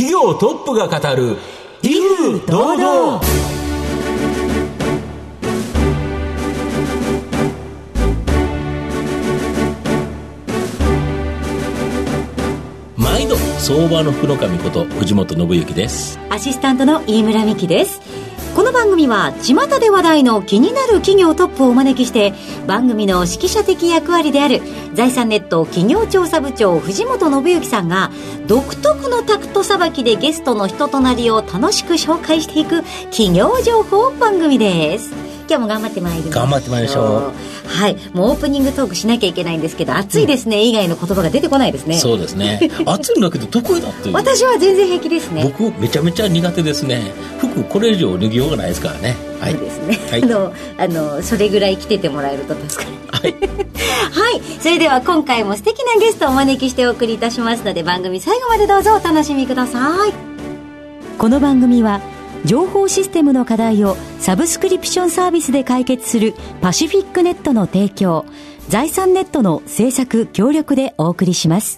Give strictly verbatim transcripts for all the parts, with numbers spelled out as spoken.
企業トップが語る威風堂々。毎度相場の福の神こと藤本信之です。 アシスタントの飯村美希です。この番組は巷で話題の気になる企業トップをお招きして、番組の指揮者的役割である財産ネット企業調査部長藤本信之さんが独特のタクトさばきでゲストの人となりを楽しく紹介していく企業情報番組です。今日も頑張ってまいりましょう。 頑張ってまいりましょう。 はい、もうオープニングトークしなきゃいけないんですけど、暑いですね、うん、以外の言葉が出てこないですね。 そうですね。暑いんだけど得意だっていう。 私は全然平気ですね。 僕めちゃめちゃ苦手ですね。服これ以上脱ぎようがないですからね。はい、 そうですね、 はい、 あのあのそれぐらい着ててもらえると助かる。 はい、 はい、それでは今回も素敵なゲストをお招きしてお送りいたしますので、番組最後までどうぞお楽しみください。この番組は情報システムの課題をサブスクリプションサービスで解決するパシフィックネットの提供、財産ネットの制作協力でお送りします。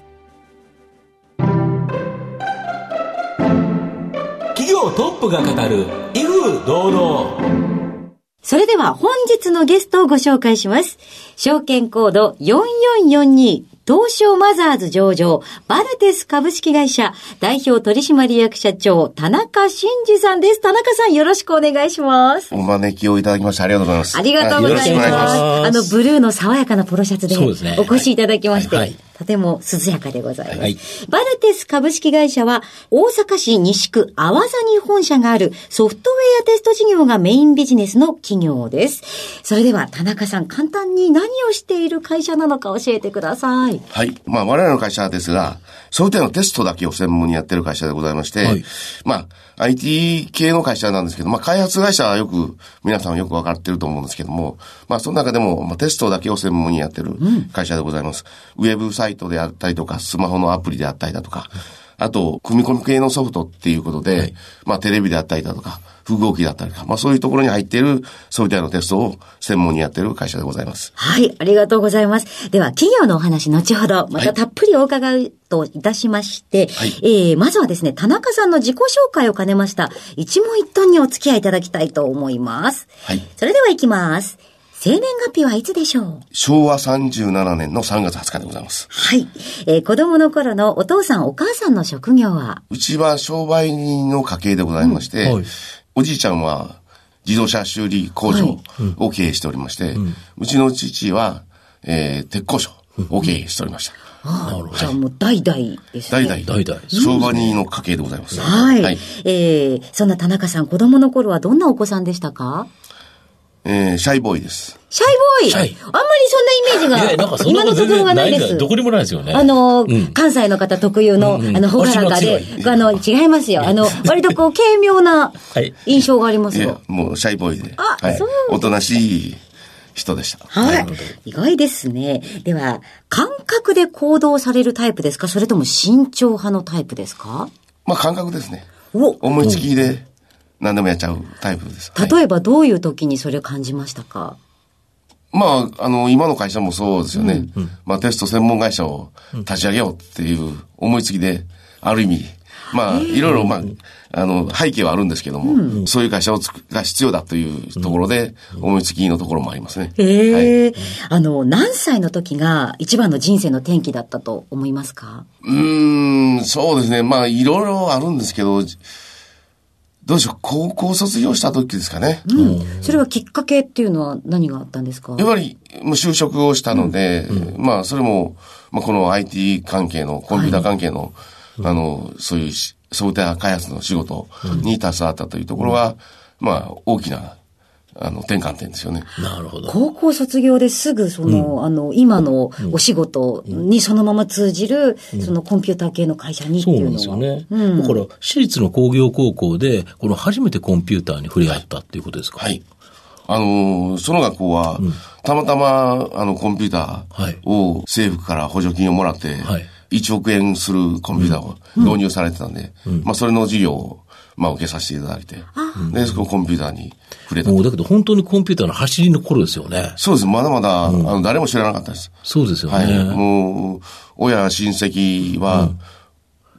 企業トップが語る威風堂々。 それでは本日のゲストをご紹介します。証券コードよんよんよんに東証マザーズ上場バルテス株式会社代表取締役社長田中真二さんです。田中さん、よろしくお願いします。 お招きをいただきましてありがとうございます。 ありがとうございます。 よろしくお願いします。 あのブルーの爽やかなポロシャツでお越しいただきまして、 はいはい、 とても涼やかでございます、はい、バルテス株式会社は大阪市西区阿波座に本社があるソフトウェアテスト事業がメインビジネスの企業です。それでは田中さん、簡単に何をしている会社なのか教えてください。 はい、まあ我々の会社ですが、ソフトウェアのテストだけを専門にやっている会社でございまして、はい、まあ アイティー 系の会社なんですけど、まあ開発会社はよく皆さんよく分かっていると思うんですけども、まあその中でも、まあ、テストだけを専門にやっている会社でございます、うん、ウェブサイトであったりとかスマホのアプリであったりだとか、あと組み込み系のソフトっていうことで、はい、まあテレビであったりだとか複合機だったりとか、まあそういうところに入っているソフトウェアのテストを専門にやっている会社でございます。 はい、ありがとうございます。では企業のお話後ほどまたたっぷりお伺うといたしまして、はい、えー、まずはですね、田中さんの自己紹介を兼ねました一問一答にお付き合いいただきたいと思います。はい、それでは行きます。生年月日はいつでしょう？ しょうわさんじゅうななねんのさんがつはつかでございます。 はい、えー、子供の頃のお父さんお母さんの職業は？ うちは商売人の家系でございまして、うんはい、おじいちゃんは自動車修理工場を経営しておりまして、はいうん、うちの父は、えー、鉄工所を経営しておりました。 ああ、はい、じゃあもう代々ですね。 代々。代々。商売人の家系でございます。 はい。はい、えー、そんな田中さん、子供の頃はどんなお子さんでしたか？ えー、シャイボーイです。 シャイボーイ、シャイあんまりそんなイメージが、今のところがないです。 どこにもないですよね。 あの、うん、関西の方特有の、うんうん、あの、ほがらかで、あの、違いますよ。あの、割とこう、軽妙な印象がありますよ。 はい、いや、もうシャイボーイで。あ、はい、そう。おとなしい人でした。 はい。はい、意外ですね。では、感覚で行動されるタイプですか？それとも慎重派のタイプですか？ まあ、感覚ですね。お思いつきで何でもやっちゃうタイプです。 例えばどういう時にそれを感じましたか？ まあ、あの、今の会社もそうですよね。うんうん、まあ、テスト専門会社を立ち上げようっていう思いつきで、ある意味、まあ、いろいろ、まあ、あの、背景はあるんですけども、うん、そういう会社をつくが必要だというところで、思いつきのところもありますね。 へえ、はい。あの、何歳の時が一番の人生の転機だったと思いますか？ うーん、そうですね。まあ、いろいろあるんですけど、どうでしょう、高校卒業した時ですかね。 うん。それはきっかけっていうのは何があったんですか？ やっぱり、就職をしたので、うんうん、まあ、それも、まあ、この アイティー 関係の、コンピューター関係の、はい、あの、そういうソフトウェア開発の仕事に携わったというところは、うん、まあ、大きな、あの、転換点ですよね。 なるほど。 高校卒業ですぐ、その、うん、あの、今のお仕事にそのまま通じる、うん、そのコンピューター系の会社にっていうのは。 そうなんですよね。うん、だから、私立の工業高校で、この初めてコンピューターに触れ合ったっていうことですか？ はい。あの、その学校は、うん、たまたま、あの、コンピューターを政府から補助金をもらって、はい、いちおくえんするコンピューターを導入されてたんで、うん、まあ、それの授業を、まあ、受けさせていただいて、うん、で、そのコンピューターに触れた。 もうだけど本当にコンピューターの走りの頃ですよね。 そうです。まだまだ、うん、あの、誰も知らなかったです。 そうですよね。 はい。もう、親、親戚は、うん、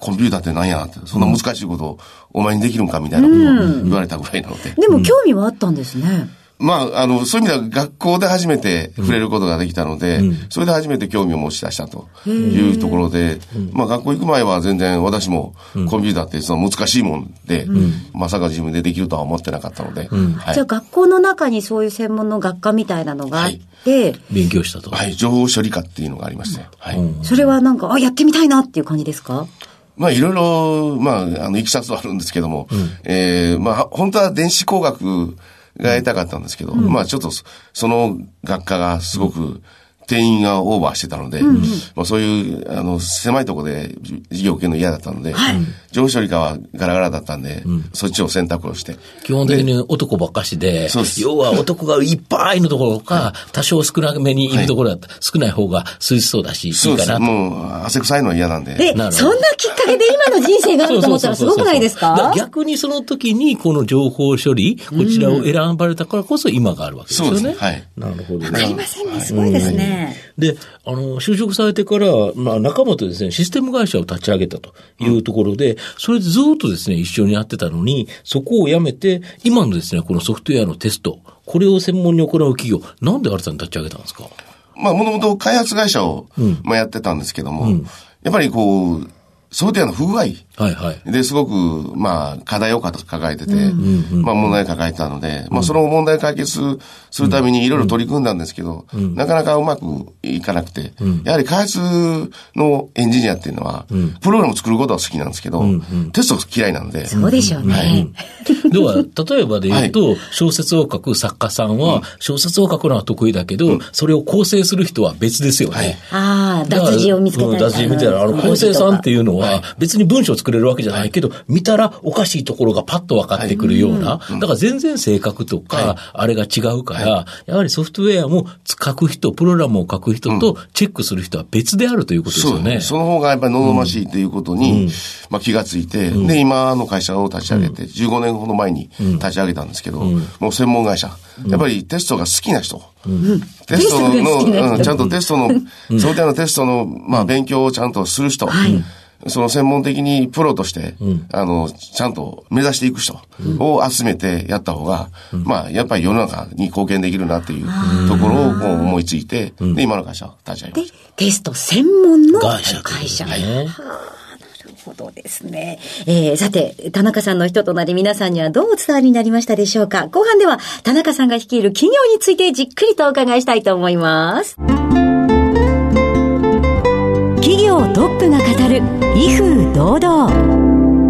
コンピューターって何やって、そんな難しいことをお前にできるんかみたいなことを言われたぐらいなので。 でも興味はあったんですね。 まあ、あの、そういう意味では学校で初めて触れることができたので、うん、それで初めて興味を持ち出したというところで、まあ学校行く前は全然私もコンピューターってその難しいもんで、うん、まさか自分でできるとは思ってなかったので。うんはい、じゃあ学校の中にそういう専門の学科みたいなのがあって、はい、 勉強したと。 はい、情報処理科っていうのがありまして。はい。 それはなんか、あ、やってみたいなっていう感じですか？ まあいろいろ、まあ、あの、いきさつはあるんですけども、うん、えー、まあ本当は電子工学が得たかったんですけど、うん、まあちょっとその学科がすごく定員がオーバーしてたので、うんうん、まあそういうあの狭いところで授業を受けるの嫌だったので、はい、情報処理科はガラガラだったんで、うん、そっちを選択をして。 基本的に男ばっかしで、要は男がいっぱいのところか、はい、多少少なめにいるところだったら、はい、少ない方が涼しそうだし、いいかなと。そうです。 もう汗臭いのは嫌なんで。 で、そんなきっかけで今の人生があると思ったらすごくないですか？ 逆にその時にこの情報処理、こちらを選ばれたからこそ今があるわけですよね。そうですね。はい。なるほどね。 わかりませんね。すごいですね。 で、あの、就職されてから、まあ、仲間とですね、システム会社を立ち上げたというところで、うん、それでずっとですね、一緒にやってたのに、そこを辞めて、今のですね、このソフトウェアのテスト、これを専門に行う企業、なんで新たに立ち上げたんですか？ まあ、もともと開発会社を、うん、まあ、やってたんですけども、うん、やっぱりこう、ソフトウェアの不具合。はいはい。で、すごく、まあ、課題を抱えてて、うん、まあ、問題を抱えてたので、うん、まあ、その問題を解決するためにいろいろ取り組んだんですけど、うん、なかなかうまくいかなくて、うん、やはり開発のエンジニアっていうのは、うん、プログラムを作ることは好きなんですけど、うんうん、テスト嫌いなんで。 そうでしょうね。はい。 では、例えばで言うと、はい、小説を書く作家さんは、小説を書くのは得意だけど、うん、それを構成する人は別ですよね。はい、 ああ、脱字を見つけたり。 脱字見てたら、あの、構成さんっていうのは、別に文章を作れるわけじゃないけど、はい、見たらおかしいところがパッと分かってくるような、はい、だから全然性格とか、はい、あれが違うから、はい、やはりソフトウェアも書く人、プログラムを書く人とチェックする人は別であるということですよね。 そう、その方がやっぱり望ましいということに、うん、まあ、気がついて、うん、で、今の会社を立ち上げて、うん、じゅうごねんほど前に立ち上げたんですけど、うん、もう専門会社、やっぱりテストが好きな人、うん、テストの、うん、ちゃんとテストの、ソフトウェアのテストの、まあ、勉強をちゃんとする人、はい、その専門的にプロとして、うん、あの、ちゃんと目指していく人を集めてやった方が、うん、まあ、やっぱり世の中に貢献できるなっていうところをこう思いついて、で、今の会社を立ち上げました。 で、テスト専門の会社。 会社。 はい。なるほどですね。えー、さて、田中さんの人となり皆さんにはどうお伝わりになりましたでしょうか。後半では、田中さんが率いる企業についてじっくりとお伺いしたいと思います。企業トップが語る威風堂々。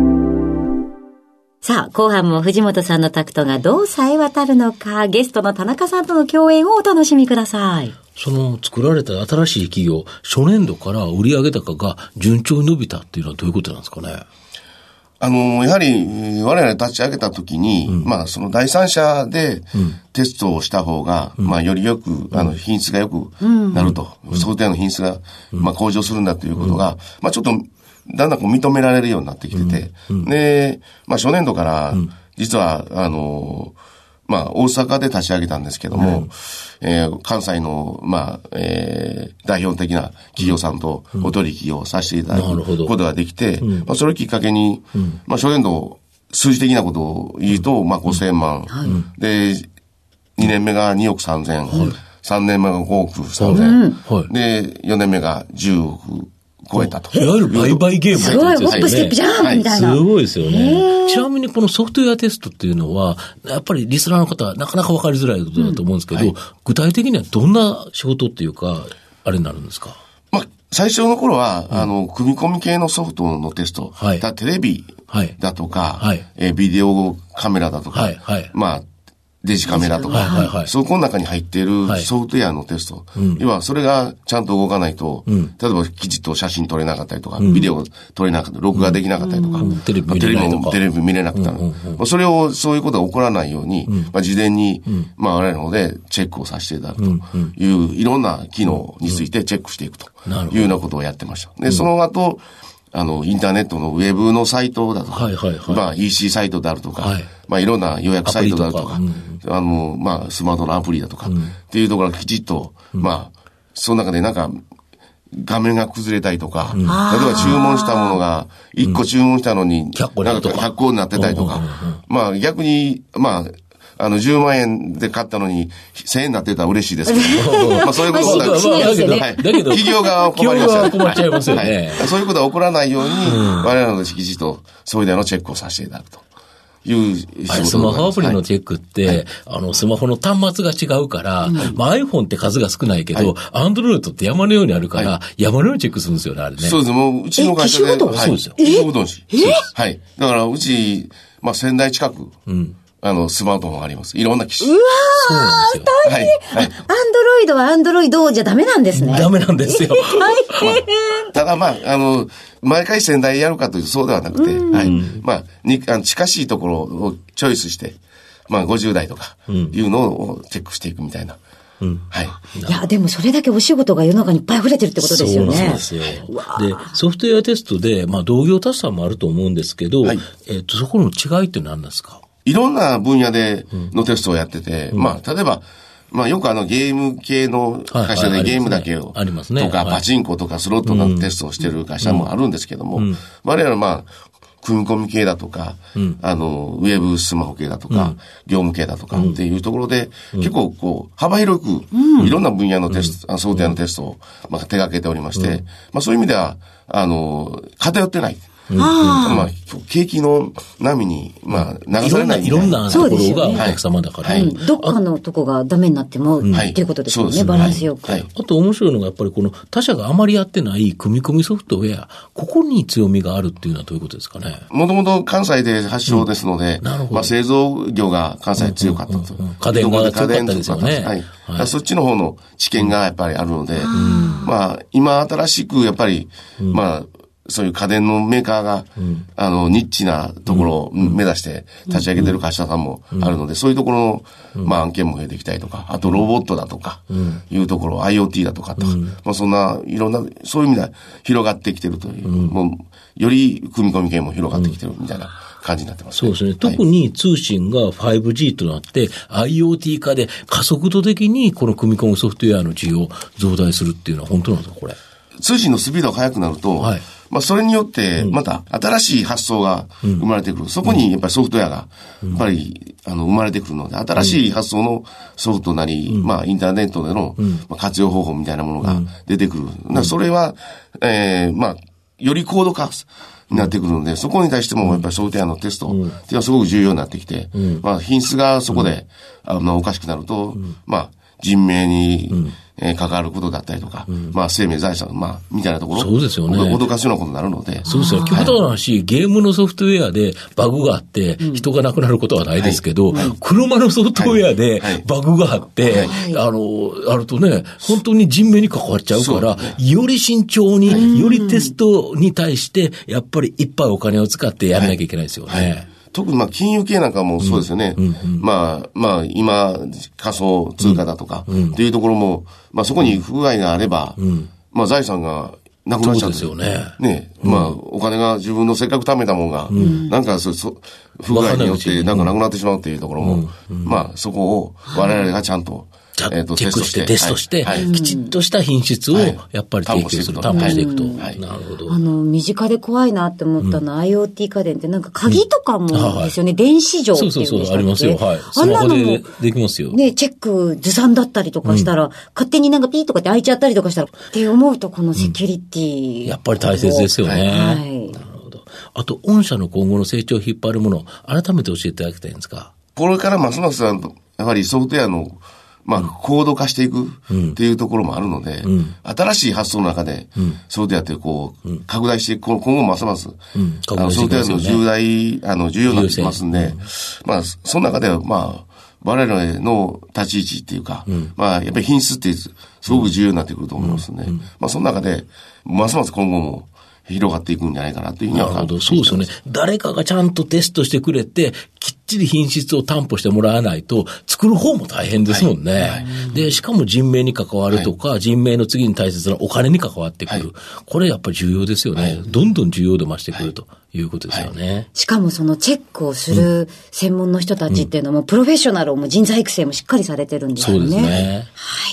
さあ、後半も藤本さんのタクトがどう冴え渡るのか、ゲストの田中さんとの共演をお楽しみください。 その作られた新しい企業、初年度から売上高が順調に伸びたっていうのはどういうことなんですかね。 あの、やはり、我々立ち上げたときに、うん、まあ、その第三者でテストをした方が、うん、まあ、よりよく、うん、あの、品質が良くなると、うん、ソフトウェアの品質が、まあ、向上するんだということが、うん、まあ、ちょっと、だんだんこう認められるようになってきてて、うん、で、まあ、初年度から、実は、あの、まあ、大阪で立ち上げたんですけども、うん、えー、関西の、まあ、えー、代表的な企業さんとお取引をさせていただくことができて、うん、まあ、それをきっかけに、うん、まあ、初年度、数字的なことを言うと、まあ、ごせんまん、はい、で、にねんめがにおくさんぜん、はい、さんねんめがごおくさんぜん、はい、で、よねんめがじゅうおく、超えたと。 いわゆる売買ゲームすごい、ホップステップジャンプみたいな。 すごいですよね。ちなみにこのソフトウェアテストっていうのは、やっぱりリスナーの方はなかなか分かりづらいことだと思うんですけど、うんはい、具体的にはどんな仕事っていうか、あれになるんですか？ まあ、最初の頃は、うん、あの、組み込み系のソフトのテスト、はい、だテレビだとか、はい、えー、ビデオカメラだとか、はいはい、まあ、デジカメラとか、はいはいはい、そこの中に入っているソフトウェアのテスト。はい、要は、それがちゃんと動かないと、うん、例えばきちっと写真撮れなかったりとか、うん、ビデオ撮れなかったり、録画できなかったりとか、うん、 テレビ見れないとか。 テレビ見れなくなる。うんうんうん、それを、そういうことが起こらないように、うん、まあ、事前に、うん、まあ、我々の方でチェックをさせていただくという、うんうん、いろんな機能についてチェックしていくというようなことをやってました。で、その後、あの、インターネットのウェブのサイトだとか、はいはいはい、まあ イーシー サイトであるとか、はい、まあいろんな予約サイトであるとか、うん、あの、まあスマートのアプリだとか、うん、っていうところがきちっと、うん、まあ、その中でなんか、 画面が崩れたりとか、うん、例えば注文したものがいっこ注文したのに、うん、 ひゃっこになったとかひゃっこになってたりとか、まあ逆に、まあ、あの、じゅうまんえんで買ったのに、せんえんになってたら嬉しいですけども。まあ、そういうことは、 だけど、はい、だけど、 企業側は困りますよね。 困っちゃいますよね。 はい。そういうことは起こらないように、うん、我々の敷地と、そういうのチェックをさせていただくと。いう仕事スマホアプリのチェックって、はい、あの、スマホの端末が違うから、うん、まあ iPhone って数が少ないけど、はい、Android って山のようにあるから、はい、山のようにチェックするんですよね、あれね。 そうです。もう、うちの会社で。 え、岸本、 はい、 そうですよ。 え岸本氏。 えはい。だから、うち、まあ、せんだい近く、うん、あの、スマートフォンがあります。いろんな機種。 うわー、そうなんですよ。大変。はい。アンドロイドはアンドロイドじゃダメなんですね。 ダメなんですよ。 大変。 まあ、ただまあ、あの、毎回仙台やるかというとそうではなくて、はい。まあ、に、あの、近しいところをチョイスして、まあ、ごじゅうだいとか、いうのをチェックしていくみたいな。うん、はい。 いや、でもそれだけお仕事が世の中にいっぱい溢れてるってことですよね。 そうなんですよ。で、ソフトウェアテストで、まあ、同業他社もあると思うんですけど、はい、えっと、そこの違いって何なんですか？ いろんな分野でのテストをやってて、うん、まあ、例えば、まあ、よくあの、ゲーム系の会社でゲームだけを、 ありますね。 とか、パチンコとかスロットのテストをしてる会社もあるんですけども、うんうん、我々はまあ、組み込み系だとか、うん、あの、ウェブスマホ系だとか、うん、業務系だとかっていうところで、うん、結構こう、幅広く、いろんな分野のテスト、うん、ソフトウェアのテストを、まあ、手掛けておりまして、うん、まあそういう意味では、あの、偏ってない。うん、まあ、景気の波に、まあ、流されない。 いろんなところがお客様だから。 はいはい、どっかのとこがダメになっても、っていうことですよね、バランスよく、はい。 あと面白いのが、やっぱりこの他社があまりやってない組み込みソフトウェア、ここに強みがあるっていうのはどういうことですかね。 もともと関西で発祥ですので、うん、なるほど。まあ、製造業が関西強かったと。 うんうんうん、家電が強かったですよね。 はい。はい、そっちの方の知見がやっぱりあるので、うん、まあ、今新しくやっぱり、うん、まあ、そういう家電のメーカーが、うん、あの、ニッチなところを目指して立ち上げてる会社さんもあるので、うん、そういうところの、うん、まあ案件も増えていきたいとか、あとロボットだとか、いうところ、IoT だとかとか、うん、まあそんな、いろんな、そういう意味では広がってきてるという、うん、もう、より組み込み系も広がってきてるみたいな感じになってますね。 そうですね。特に通信が ファイブジー となって、IoT 化で加速度的にこの組み込むソフトウェアの需要増大するっていうのは本当なんですか、これ。 通信のスピードが速くなると、はい、まあ、それによって、また、新しい発想が生まれてくる。うん、そこに、やっぱりソフトウェアが、やっぱり、あの、生まれてくるので、新しい発想のソフトなり、うん、まあ、インターネットでの、まあ、活用方法みたいなものが出てくる。うん、それは、ええー、まあ、より高度化になってくるので、そこに対しても、やっぱりソフトウェアのテストっていうのはすごく重要になってきて、うん、まあ、品質がそこで、あの、おかしくなると、まあ、人命に、うんえー、関わることだったりとか、うん、まあ生命財産、まあ、みたいなところ。 そうですよね。 脅かすようなことになるので。 そうですよ。極端な話、はい、ゲームのソフトウェアでバグがあって、うん、人が亡くなることはないですけど、はい、車のソフトウェアでバグがあって、はいはい、あの、あるとね、本当に人命に関わっちゃうから、ね、より慎重に、はい、よりテストに対して、やっぱりいっぱいお金を使ってやらなきゃいけないですよね。はいはい特にまあ金融系なんかもそうですよね。うんうんうん、まあ、まあ今仮想通貨だとかっていうところも、まあそこに不具合があれば、うん、まあ財産がなくなっちゃう。 そうですよね。 ね、うん、まあお金が自分のせっかく貯めたものが、うん、なんかそそ不具合によってなんかなくなってしまうっていうところも、うんうん、まあそこを我々がちゃんと、 えっと、チェックしてテストして、はい、きちっとした品質をやっぱり提供する、担保していくと。はい、なるほど。 あの、身近で怖いなって思ったのは、うん、IoT 家電ってなんか鍵とかもですよね、うん、電子錠っていうんでしたっけ？ そうそうそう、ありますよ。はい。スマホでできますよ。 ね、チェックずさんだったりとかしたら、うん、勝手になんかピーとかって開いちゃったりとかしたら、って思うとこのセキュリティ、 うん。やっぱり大切ですよね。はい。なるほど。あと、御社の今後の成長を引っ張るもの、改めて教えていただきたいんですか？これからますますやはりソフトウェアのまあ、高度化していくっていうところもあるので、うん、新しい発想の中で、ソフトウェアってこう、うん、拡大していく、今後ますます、うん、あのソフトウェアの重大、あの、重要になってきますんで、うん、まあ、その中では、まあ、我々の立ち位置っていうか、うん、まあ、やっぱり品質ってすごく重要になってくると思いますね。うんうん、まあ、その中で、ますます今後も、広がっていくんじゃないかなというふうには。 なるほど。そうですよね。誰かがちゃんとテストしてくれて、きっちり品質を担保してもらわないと、作る方も大変ですもんね。はいはい、で、しかも人命に関わるとか、はい、人命の次に大切なお金に関わってくる。はい、これやっぱり重要ですよね。はい、どんどん重要度増してくるということですよね。はいはい、 しかもそのチェックをする専門の人たちっていうのも、うん、プロフェッショナルも人材育成もしっかりされてるんですよね。 そうですね。 はい。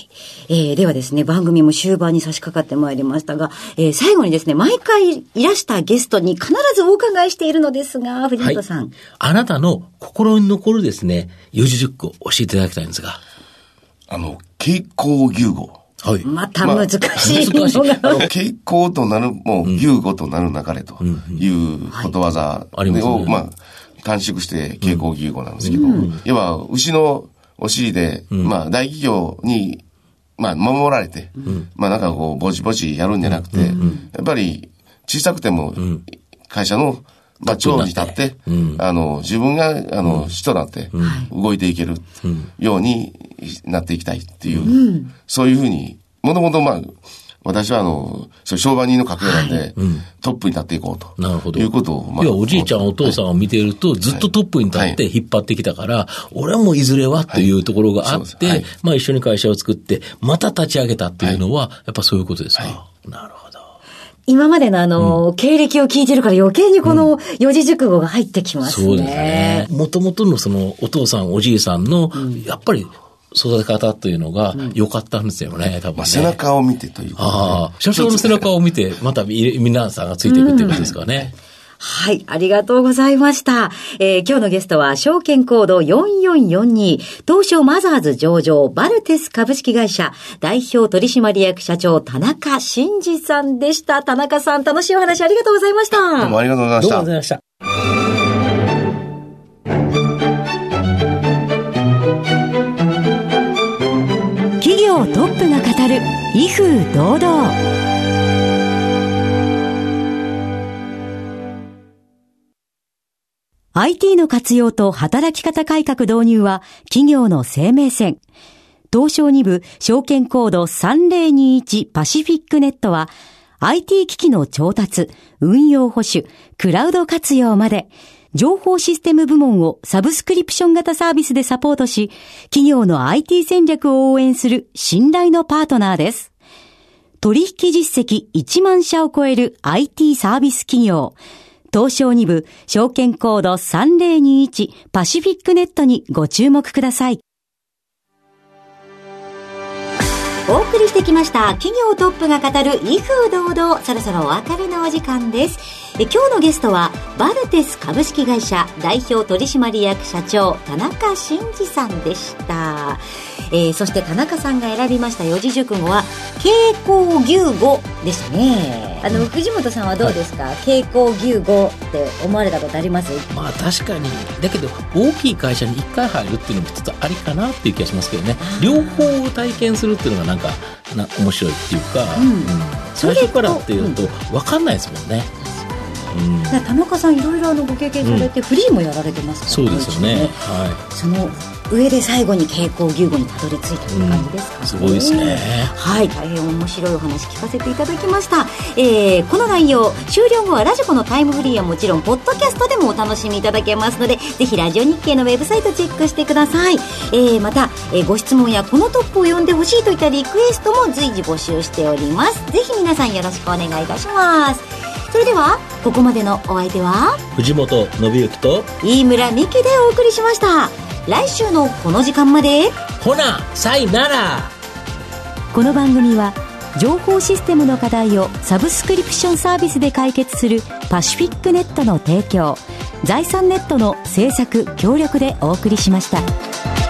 えー、ではですね、番組も終盤に差し掛かってまいりましたが、えー、最後にですね、毎回いらしたゲストに必ずお伺いしているのですが、藤本さん。はい、 あなたの心に残るですね、四字熟語を教えていただきたいんですが。 あの、傾向牛語。 はい。また難しいのが、まあ、難しい。 あの、傾向となる、もう、牛語となる流れということわざを、うんうんはい、まあ、短縮して傾向牛語なんですけど、うん、要は、牛のお尻で、うん、まあ、大企業に、まあ、守られて、うん、まあ、なんかこう、ぼちぼちやるんじゃなくて、うん、やっぱり、小さくても、会社の、まあ、長に立って、うん、あの、自分が、あの、主となって、動いていけるようになっていきたいっていう、うん、そういうふうに、もともとまあ、私はあの、そう商売人の家系なんで、はいうん、トップに立っていこうと。なるほど。いうことを、まあ。 いや、おじいちゃん、お父さんを見ていると、はい、ずっとトップに立って引っ張ってきたから、はい、俺もいずれはっていうところがあって、はいはい、まあ一緒に会社を作って、また立ち上げたっていうのは、はい、やっぱそういうことですか。はい、なるほど。 今までのあの、うん、経歴を聞いてるから余計にこの四字熟語が入ってきますね。 そうですね。もともとのそのお父さんおじいさんの、うん、やっぱり育て方というのが良かったんですよね、うん、多分ね。まあ、 背中を見てということ、ね。ああ、 社長の背中を見て、また皆さんがついていくっていうことですかね。うんはい、ありがとうございました。えー、今日のゲストは証券コードよんよんよんに東証マザーズ上場バルテス株式会社代表取締役社長田中真二さんでした。田中さん、楽しいお話ありがとうございました。 どうもありがとうございました。 どうもありがとうございました。 企業トップが語る威風堂々。アイティー の活用と働き方改革導入は企業の生命線。東証に部証券コードさんぜろにいちパシフィックネットは アイティー 機器の調達、運用保守、クラウド活用まで情報システム部門をサブスクリプション型サービスでサポートし、企業の アイティー 戦略を応援する信頼のパートナーです。取引実績いちまん社を超える アイティー サービス企業。東証に部証券コードさんぜろにいちパシフィックネットにご注目ください。お送りしてきました企業トップが語る威風堂々、そろそろお別れのお時間です。え今日のゲストはバルテス株式会社代表取締役社長田中真二さんでした。えー、そして田中さんが選びました四字熟語は傾向牛語でしたね。あの藤本さんはどうですか、はい、傾向牛語って思われたことあります？ まあ確かに、だけど大きい会社に一回入るっていうのも一つありかなっていう気がしますけどね。両方を体験するっていうのがなんかな面白いっていうか、うんうん、最初からっていうと分かんないですもんね。うん、 田中さんいろいろあのご経験されて、うん、フリーもやられてますからね。そうですよね、はい、その上で最後に傾向牛語にたどり着いたという感じですかね、うん、 すごいですね。 はい、大変面白いお話聞かせていただきました。えー、この内容終了後はラジコのタイムフリーはもちろんポッドキャストでもお楽しみいただけますので、ぜひラジオ日経のウェブサイトチェックしてください。えー、また、えー、ご質問やこのトップを読んでほしいといったリクエストも随時募集しております。ぜひ皆さんよろしくお願いいたします。それではここまでのお相手は藤本信之と飯村美希でお送りしました。来週のこの時間までほなさいなら。 この番組は情報システムの課題をサブスクリプションサービスで解決するパシフィックネットの提供、財産ネットの制作協力でお送りしました。